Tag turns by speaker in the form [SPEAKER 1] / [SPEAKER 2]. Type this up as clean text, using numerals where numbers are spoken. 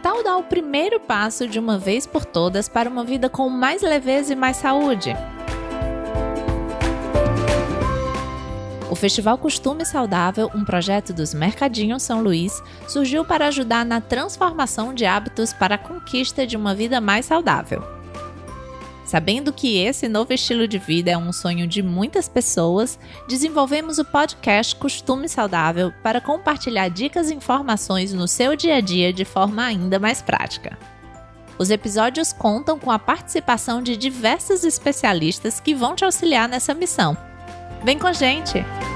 [SPEAKER 1] tal dar o primeiro passo de uma vez por todas para uma vida com mais leveza e mais saúde? O Festival Costume Saudável, um projeto dos Mercadinhos São Luís, surgiu para ajudar na transformação de hábitos para a conquista de uma vida mais saudável. Sabendo que esse novo estilo de vida é um sonho de muitas pessoas, desenvolvemos o podcast Costume Saudável para compartilhar dicas e informações no seu dia a dia de forma ainda mais prática. Os episódios contam com a participação de diversos especialistas que vão te auxiliar nessa missão. Vem com a gente!